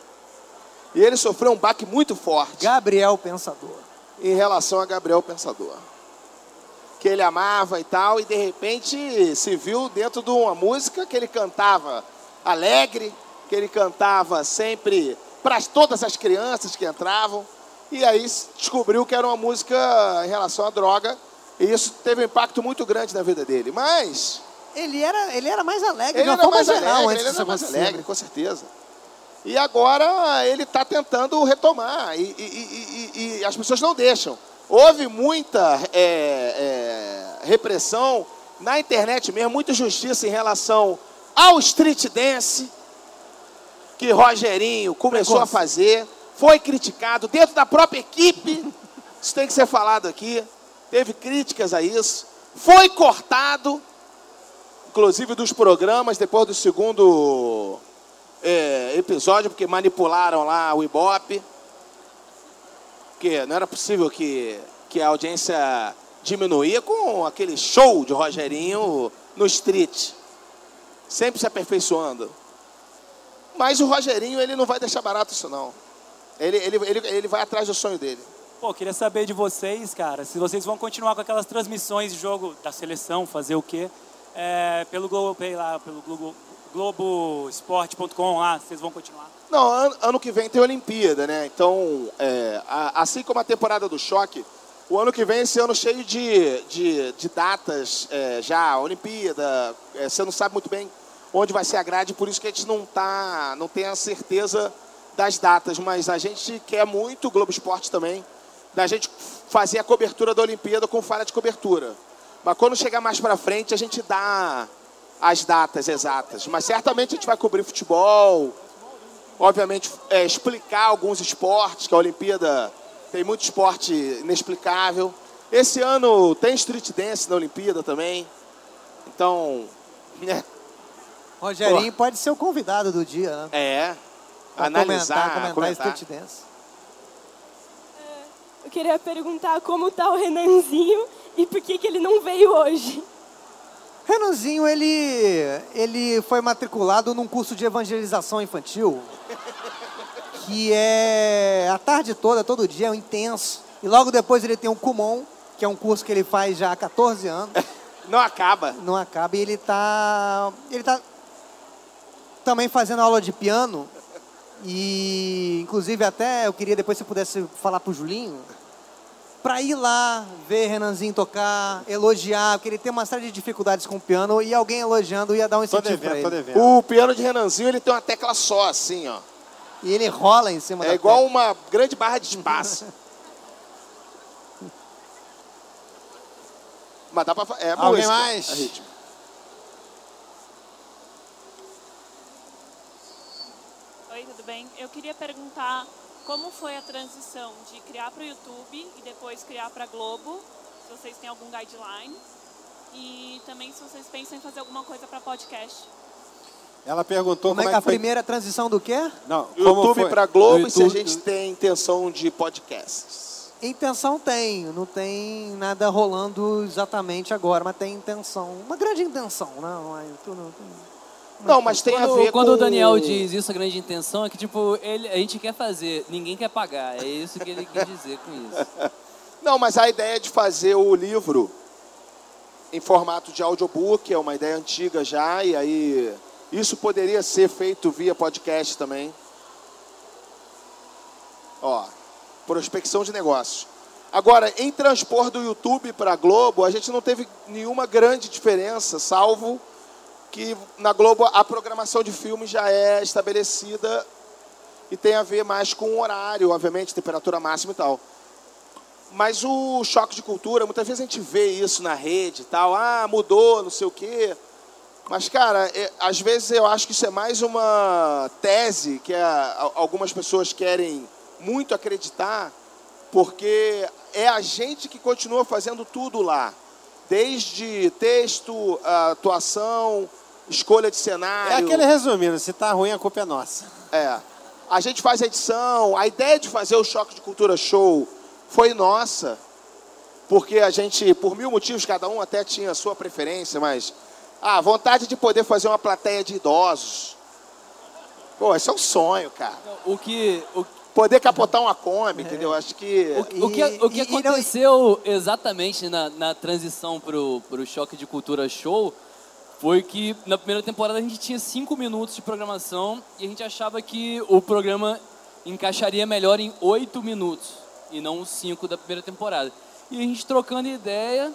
E ele sofreu um baque muito forte. Gabriel Pensador. Em relação a Gabriel Pensador. Que ele amava e tal, e de repente se viu dentro de uma música que ele cantava alegre, que ele cantava sempre para todas as crianças que entravam, e aí descobriu que era uma música em relação à droga, e isso teve um impacto muito grande na vida dele. Mas Ele era, ele era mais alegre, ele de uma era forma mais geral, alegre, antes ele disso era mais acontecer. alegre, com certeza. E agora ele está tentando retomar, e, e- e- e- e as pessoas não deixam. Houve muita é, é, repressão na internet mesmo, muita justiça em relação ao street dance que Rogerinho começou a fazer, foi criticado dentro da própria equipe, isso tem que ser falado aqui, teve críticas a isso, foi cortado, inclusive dos programas, depois do segundo é, episódio, porque manipularam lá o Ibope. Porque não era possível que, que a audiência diminuía com aquele show de Rogerinho no street. Sempre se aperfeiçoando. Mas o Rogerinho, ele não vai deixar barato isso, não. Ele, ele, ele, ele vai atrás do sonho dele. Pô, queria saber de vocês, cara, se vocês vão continuar com aquelas transmissões de jogo da seleção, fazer o quê? É, pelo Globoplay lá, pelo Globo, Globoesporte ponto com lá, vocês vão continuar? Não, ano, ano que vem tem Olimpíada, né? Então, é, a- assim como a temporada do Choque, o ano que vem, esse ano cheio de, de, de datas, é, já, Olimpíada, é, você não sabe muito bem onde vai ser a grade, por isso que a gente não, tá, não tem a certeza das datas, mas a gente quer muito, o Globo Esporte também, da gente fazer a cobertura da Olimpíada com falha de cobertura. Mas quando chegar mais pra frente, a gente dá as datas exatas. Mas certamente a gente vai cobrir futebol, obviamente é, explicar alguns esportes, que a Olimpíada tem muito esporte inexplicável. Esse ano tem street dance na Olimpíada também. Então, né? Rogerinho pode ser o convidado do dia, né? É, Pra analisar, comentar, comentar, comentar. street dance. Eu queria perguntar como tá o Renanzinho e por que, que ele não veio hoje. Renanzinho, ele, ele foi matriculado num curso de evangelização infantil, que é a tarde toda, todo dia, é um intenso. E logo depois ele tem o Kumon, que é um curso que ele faz já há quatorze anos. Não acaba. Não acaba. E ele tá, ele tá também fazendo aula de piano. E, inclusive, até eu queria depois, se pudesse falar pro Julinho, para ir lá ver Renanzinho tocar, elogiar, porque ele tem uma série de dificuldades com o piano, e alguém elogiando ia dar um incentivo para ele. O piano de Renanzinho, ele tem uma tecla só, assim, ó. E ele rola em cima É da igual tecla. uma grande barra de espaço. Mas dá pra... fa- É Alguém música, mais? é ritmo. Oi, tudo bem? Eu queria perguntar como foi a transição de criar para o YouTube e depois criar para a Globo, se vocês têm algum guideline, e também se vocês pensam em fazer alguma coisa para podcast. Ela perguntou Como é que a primeira transição do quê? Não, como YouTube foi? pra Globo Do e se a YouTube- gente tem intenção de podcasts. Intenção tem, não tem nada rolando exatamente agora, mas tem intenção, uma grande intenção, né? Mas, tudo, tudo. Não, mas tem quando, a ver quando com... o Daniel diz isso, a grande intenção é que, tipo, ele, a gente quer fazer, ninguém quer pagar. É isso que ele quer dizer com isso. Não, mas a ideia de fazer o livro em formato de audiobook é uma ideia antiga já, e aí isso poderia ser feito via podcast também. Ó, prospecção de negócios. Agora, em transpor do YouTube para a Globo, a gente não teve nenhuma grande diferença, salvo que na Globo a programação de filmes já é estabelecida e tem a ver mais com o horário, obviamente, temperatura máxima e tal. Mas o choque de cultura, muitas vezes a gente vê isso na rede e tal, ah, mudou, não sei o quê. Mas, cara, é, às vezes eu acho que isso é mais uma tese que a, algumas pessoas querem muito acreditar, porque é a gente que continua fazendo tudo lá. Desde texto, atuação, escolha de cenário. É aquele resumindo, se tá ruim a culpa é nossa. É. A gente faz a edição, a ideia de fazer o Choque de Cultura Show foi nossa, porque a gente, por mil motivos, cada um até tinha a sua preferência, mas a vontade de poder fazer uma plateia de idosos. Pô, isso é um sonho, cara. O que... O... Poder capotar uma Kombi, é. Entendeu? Acho que... O, o que, o que aconteceu exatamente na, na transição pro, pro Choque de Cultura Show foi que na primeira temporada a gente tinha cinco minutos de programação e a gente achava que o programa encaixaria melhor em oito minutos e não os cinco da primeira temporada. E a gente trocando ideia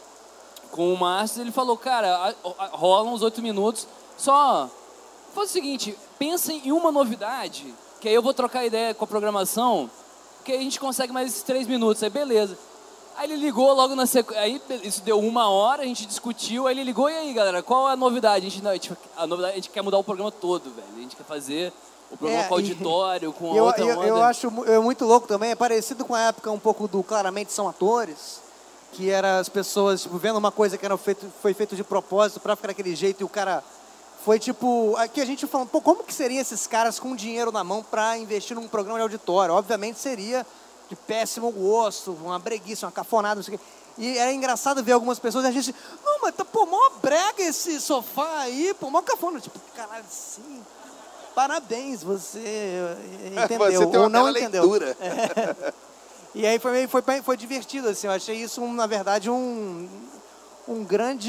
com o Márcio, ele falou, cara, rolam uns oito minutos, só faz o seguinte, pensem em uma novidade, que aí eu vou trocar ideia com a programação, que aí a gente consegue mais esses três minutos, aí beleza. Aí ele ligou logo na sequência, aí isso deu uma hora, a gente discutiu, aí ele ligou, e aí galera, qual é a novidade? A gente, não, a, gente, a novidade, a gente quer mudar o programa todo, velho, a gente quer fazer o programa é, com auditório, com a eu, outra eu, onda. eu acho é muito louco também, é parecido com a época um pouco do Claramente São Atores, que era as pessoas tipo, vendo uma coisa que era feito, foi feito de propósito pra ficar daquele jeito, e o cara foi tipo, aqui a gente falou, pô, como que seriam esses caras com dinheiro na mão pra investir num programa de auditório? Obviamente seria de péssimo gosto, uma breguice, uma cafonada, não sei o quê. E era engraçado ver algumas pessoas e a gente, não, mas tá, pô, mó brega esse sofá aí, pô, mó cafona. Tipo, caralho, sim, parabéns, você entendeu, você tem uma ou não bela entendeu. Leitura. É. E aí foi, foi, foi divertido, assim, eu achei isso, na verdade, um, um grande,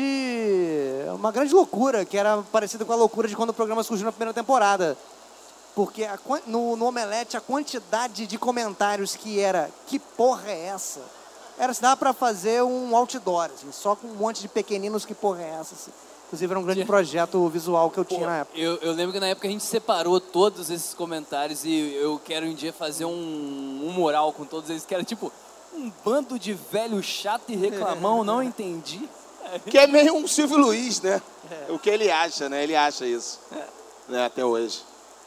uma grande loucura, que era parecido com a loucura de quando o programa surgiu na primeira temporada. Porque a, no, no Omelete, a quantidade de comentários que era, que porra é essa? Era, se dava pra fazer um outdoor, assim, só com um monte de pequeninos, que porra é essa? Assim. Inclusive, era um grande projeto visual que eu tinha Pô, na época. Eu, eu lembro que na época a gente separou todos esses comentários e eu quero um dia fazer um, um mural com todos eles, que era tipo um bando de velho chato e reclamão, não entendi. Que é meio um Silvio Luiz, né? É. O que ele acha, né? Ele acha isso, é. Né? Até hoje.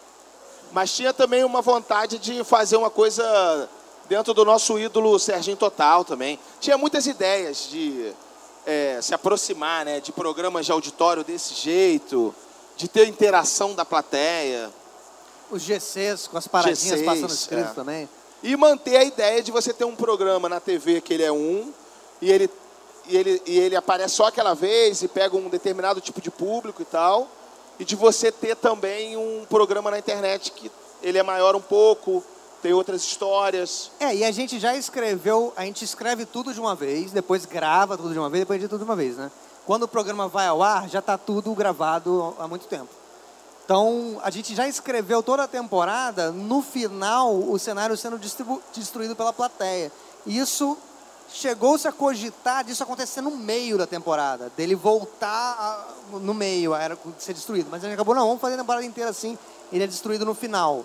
Mas tinha também uma vontade de fazer uma coisa dentro do nosso ídolo Serginho Total também. Tinha muitas ideias de é, se aproximar, né, de programas de auditório desse jeito, de ter interação da plateia. Os G Cs com as paradinhas G Cs, passando escrito é. também. E manter a ideia de você ter um programa na T V que ele é um, e ele, e ele, e ele aparece só aquela vez e pega um determinado tipo de público e tal. E de você ter também um programa na internet que ele é maior um pouco, tem outras histórias. É, e a gente já escreveu, a gente escreve tudo de uma vez, depois grava tudo de uma vez, depois edita tudo de uma vez, né? Quando o programa vai ao ar, já está tudo gravado há muito tempo. Então, a gente já escreveu toda a temporada, no final, o cenário sendo distribu- destruído pela plateia. Isso... Chegou-se a cogitar disso acontecer no meio da temporada, dele voltar a, no meio, era ser destruído. Mas a gente acabou, não, vamos fazer a temporada inteira assim, ele é destruído no final.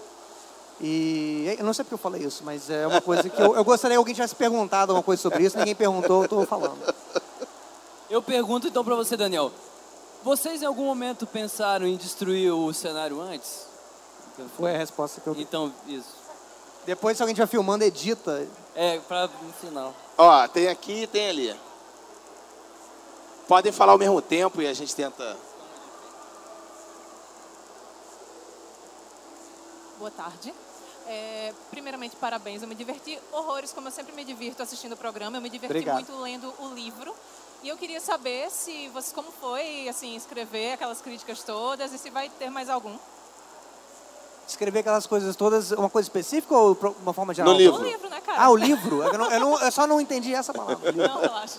E eu não sei porque eu falei isso, mas é uma coisa que eu, eu gostaria que alguém tivesse perguntado uma coisa sobre isso, ninguém perguntou, eu estou falando. Eu pergunto então para você, Daniel, vocês em algum momento pensaram em destruir o cenário antes? Foi a resposta que eu... Então, isso. Depois, se alguém estiver filmando, edita. É, para no final. Ó, tem aqui e tem ali. Podem falar ao mesmo tempo e a gente tenta... Boa tarde. É, primeiramente, parabéns. Eu me diverti horrores, como eu sempre me divirto assistindo o programa. Eu me diverti Obrigado. muito lendo o livro. E eu queria saber se você, como foi, assim, escrever aquelas críticas todas e se vai ter mais algum. Escrever aquelas coisas todas, uma coisa específica ou pro- uma forma geral? No livro. O livro, né, cara? Ah, o livro? Eu, não- eu não- eu só não entendi essa palavra. Não, relaxa.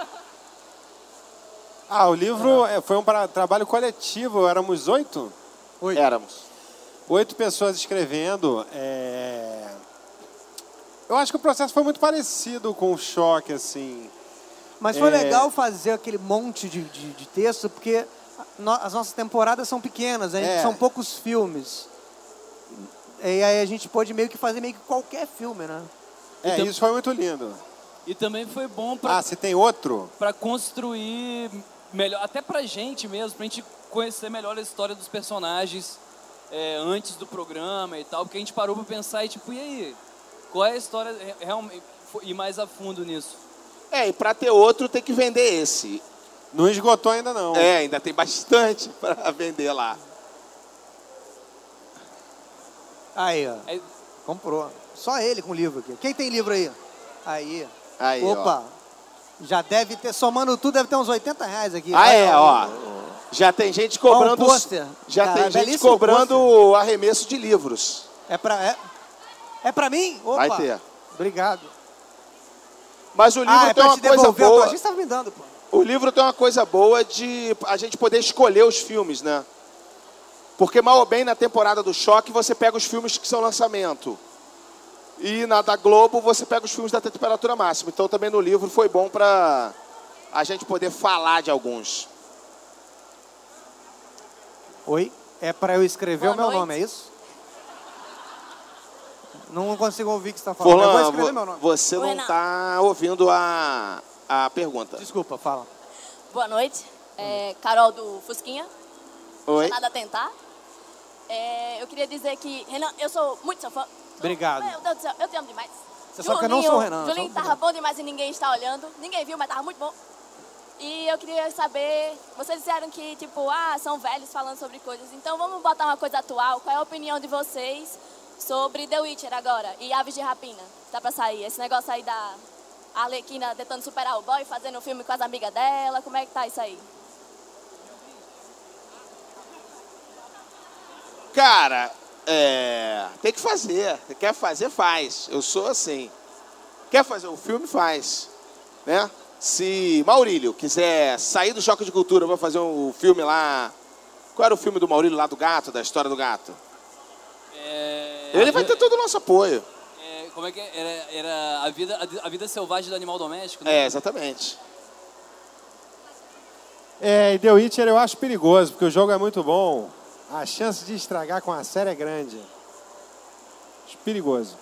Ah, o livro é, foi um pra- trabalho coletivo, éramos oito? Oito. Éramos. Oito pessoas escrevendo. é, Eu acho que o processo foi muito parecido com o Choque, assim. Mas foi É, legal fazer aquele monte de, de, de texto, porque no- as nossas temporadas são pequenas, né? É. São poucos filmes. E aí a gente pode meio que fazer meio que qualquer filme, né? É, Então- isso foi muito lindo. E também foi bom pra, Ah, se tem outro? pra construir melhor, até pra gente mesmo, pra gente conhecer melhor a história dos personagens é, antes do programa e tal, porque a gente parou pra pensar e tipo, e aí? Qual é a história re- realmente? Ir mais a fundo nisso. É, e pra ter outro tem que vender esse. Não esgotou ainda não. É, ainda tem bastante pra vender lá. Aí, ó. Comprou. Só ele com livro aqui. Quem tem livro aí? Aí. Aí, Opa. Já deve ter, somando tudo, deve ter uns oitenta reais aqui. Ah, Olha, é, ó. Já tem gente cobrando. Ó, um pôster. Já Cara, tem gente belíssimo cobrando o arremesso de livros. É pra, é, é pra mim? Opa. Vai ter. Obrigado. Mas o livro Ah, é tem pra uma te coisa devolver, boa. a gente tava me dando, pô. O livro tem uma coisa boa de a gente poder escolher os filmes, né? Porque mal ou bem na temporada do Choque você pega os filmes que são lançamento. E na da Globo você pega os filmes da temperatura máxima. Então também no livro foi bom pra a gente poder falar de alguns. Oi? É pra eu escrever Boa o meu noite. nome, é isso? Não consigo ouvir o que você tá falando. eu vou Forlan, escrever vo- meu nome. você Oi, não Renan. está ouvindo a, a pergunta. Desculpa, fala. Boa noite. É, Carol do Fusquinha. Oi. Nada a tentar. É, eu queria dizer que, Renan, eu sou muito seu fã. Obrigado. Meu Deus do céu, eu te amo demais. Você sabe que eu não sou o Renan, eu Julinho sou o tava bom demais e ninguém está olhando. Ninguém viu, mas tava muito bom. E eu queria saber, vocês disseram que, tipo, ah, são velhos falando sobre coisas. Então vamos botar uma coisa atual. Qual é a opinião de vocês sobre The Witcher agora e Aves de Rapina? Tá pra sair. Esse negócio aí da Arlequina tentando superar o boy, fazendo um filme com as amigas dela. Como é que tá isso aí? Cara, é, tem que fazer. Quer fazer, faz. Eu sou assim. Quer fazer o filme, faz. Né? Se Maurílio quiser sair do Choque de Cultura para fazer um filme lá... Qual era o filme do Maurílio lá do gato, da história do gato? É, Ele vai ter todo o nosso apoio. é, como é que é? Era, era a, vida, a vida selvagem do animal doméstico? É, exatamente. É, e The Witcher eu acho perigoso, porque o jogo é muito bom. A chance de estragar com a série é grande. Acho perigoso.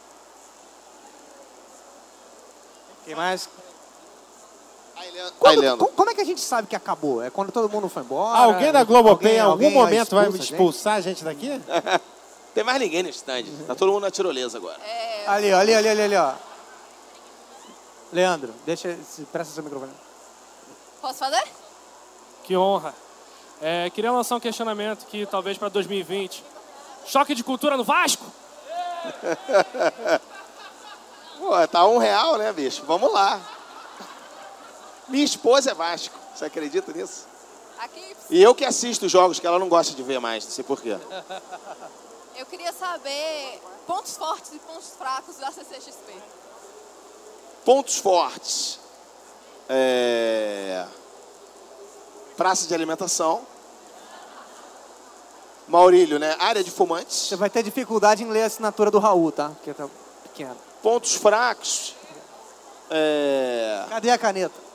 Quem mais? Aí, Quando- Leandro. co- como é que a gente sabe que acabou? É quando todo mundo foi embora? Alguém da Globopay em algum alguém momento vai expulsa a gente? expulsar a gente daqui? Tem mais ninguém no stand. Tá todo mundo na tirolesa agora. Ali, ó, ali, ali, ali, ali, ó. Leandro, deixa, se- presta seu microfone. Posso fazer? Que honra. É, queria lançar um questionamento que talvez para dois mil e vinte. Choque de cultura no Vasco? Pô, tá um real, né, bicho? Vamos lá. Minha esposa é Vasco. Você acredita nisso? Aqui, E eu que assisto os jogos que ela não gosta de ver mais. Não sei porquê. eu queria saber pontos fortes e pontos fracos da C C X P. Pontos fortes. É... Praça de alimentação. Maurílio, né? Área de fumantes. Você vai ter dificuldade em ler a assinatura do Raul, tá? Porque tá pequeno. Pontos fracos. É... Cadê a caneta?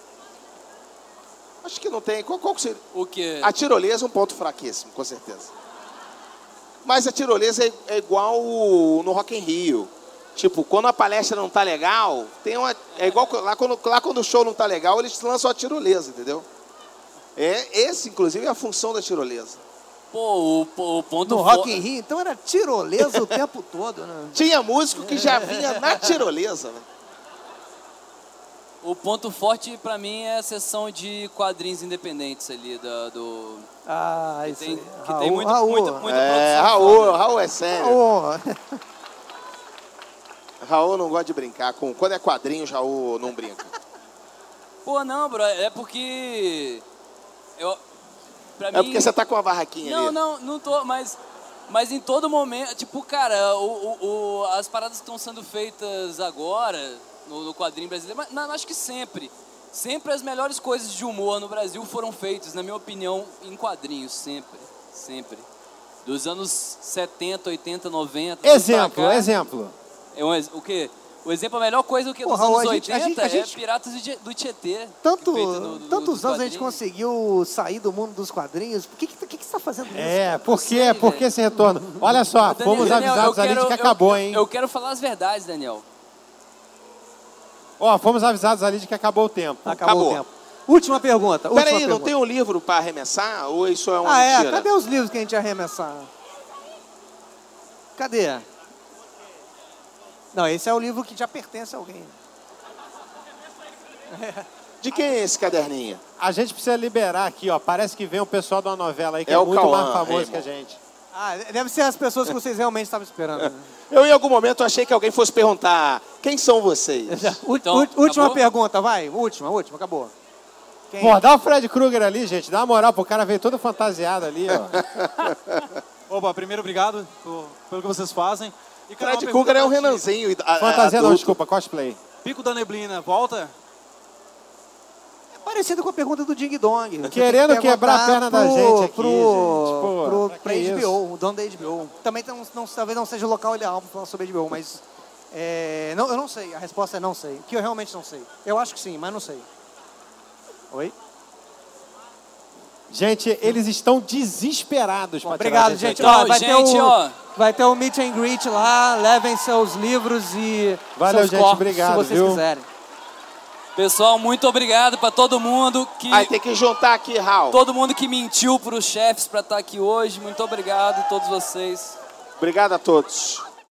Acho que não tem. Qual, qual que seria? O quê? A tirolesa é um ponto fraquíssimo, com certeza. Mas a tirolesa é, é igual no Rock in Rio. Tipo, quando a palestra não tá legal, tem uma, é igual lá quando, lá quando o show não tá legal, eles lançam a tirolesa, entendeu? É, esse, inclusive, é a função da tirolesa. Pô, o, o ponto No fo- Rock in Rio, então era tirolesa o tempo todo, né? Tinha músico que já vinha na tirolesa, né? O ponto forte pra mim é a seção de quadrinhos independentes ali da, do. Ah, que isso tem, aí. que Raul, tem muita, Raul. muita, muita É, produção. Raul, foda. Raul é sério. Raul. Raul não gosta de brincar. Com, quando é quadrinhos, Raul não brinca. Pô, não, bro, é porque. Eu, pra É mim, porque você tá com uma barraquinha Não, ali. não, não tô, mas, mas em todo momento, tipo, cara, o, o, o- as paradas que estão sendo feitas agora no, no quadrinho brasileiro, mas não, acho que sempre, sempre as melhores coisas de humor no Brasil foram feitas, na minha opinião, em quadrinhos, sempre, sempre. Dos anos setenta, oitenta, noventa. Exemplo, pra cá, exemplo. É um, ex- o quê? O exemplo, a melhor coisa do que Pô, dos Raul, anos a gente- a oitenta gente- a é gente- Piratas do Tie- do Tietê. Tanto, feito no- no- tantos dos anos a gente quadrinhos. conseguiu sair do mundo dos quadrinhos. Por que, que, que, que você tá fazendo isso? É, por quê? Por que esse retorno? Olha só, Daniel, fomos Daniel, avisados eu ali de quero- que eu- acabou, eu- hein? Eu quero falar as verdades, Daniel. Ó, fomos avisados ali de que acabou o tempo. Acabou, o tempo. Última pergunta. última Peraí, não pergunta. tem um livro pra arremessar? Ou isso é uma Ah, é? mentira? Cadê os livros que a gente ia arremessar? Cadê? Não, esse é o livro que já pertence a alguém. De quem é esse caderninho? A gente precisa liberar aqui, ó. Parece que vem um pessoal de uma novela aí que É é, o muito Cauã, mais famoso Raymond. que a gente. Ah, deve ser as pessoas que vocês realmente estavam esperando. né? Eu, em algum momento, achei que alguém fosse perguntar quem são vocês? Ú- Então, ú- última acabou? pergunta, vai. Última, última, acabou. Quem? Pô, dá o Fred Krueger ali, gente. Dá uma moral pro cara, veio todo fantasiado ali, ó. Opa, primeiro, obrigado por- pelo que vocês fazem. E, cara, Fred uma Krueger é um pergunta pra Renanzinho. ti. a- a- Fantasia não, adulto. desculpa, cosplay. Pico da Neblina, volta? É parecido com a pergunta do Ding Dong. Você Querendo tem que quebrar a perguntar perna da gente aqui, pro, gente. Pô, pro, pra que pra isso? H B O, o dono da H B O. Também tem uns- não, talvez não seja o local ideal para falar sobre H B O, mas... é, não, eu não sei, a resposta é não sei. Que eu realmente não sei. Eu acho que sim, mas não sei. Oi? Gente, eles estão desesperados pra Obrigado, tirar a gente. aqui. Ó, vai, gente, ter o, ó. vai ter o meet and greet lá. Levem seus livros e Valeu, seus gente, corpos, obrigado, se vocês viu? quiserem. Pessoal, muito obrigado pra todo mundo que... Aí tem que juntar aqui, Raul. Todo mundo que mentiu pros chefes pra estar aqui hoje. Muito obrigado a todos vocês. Obrigado a todos.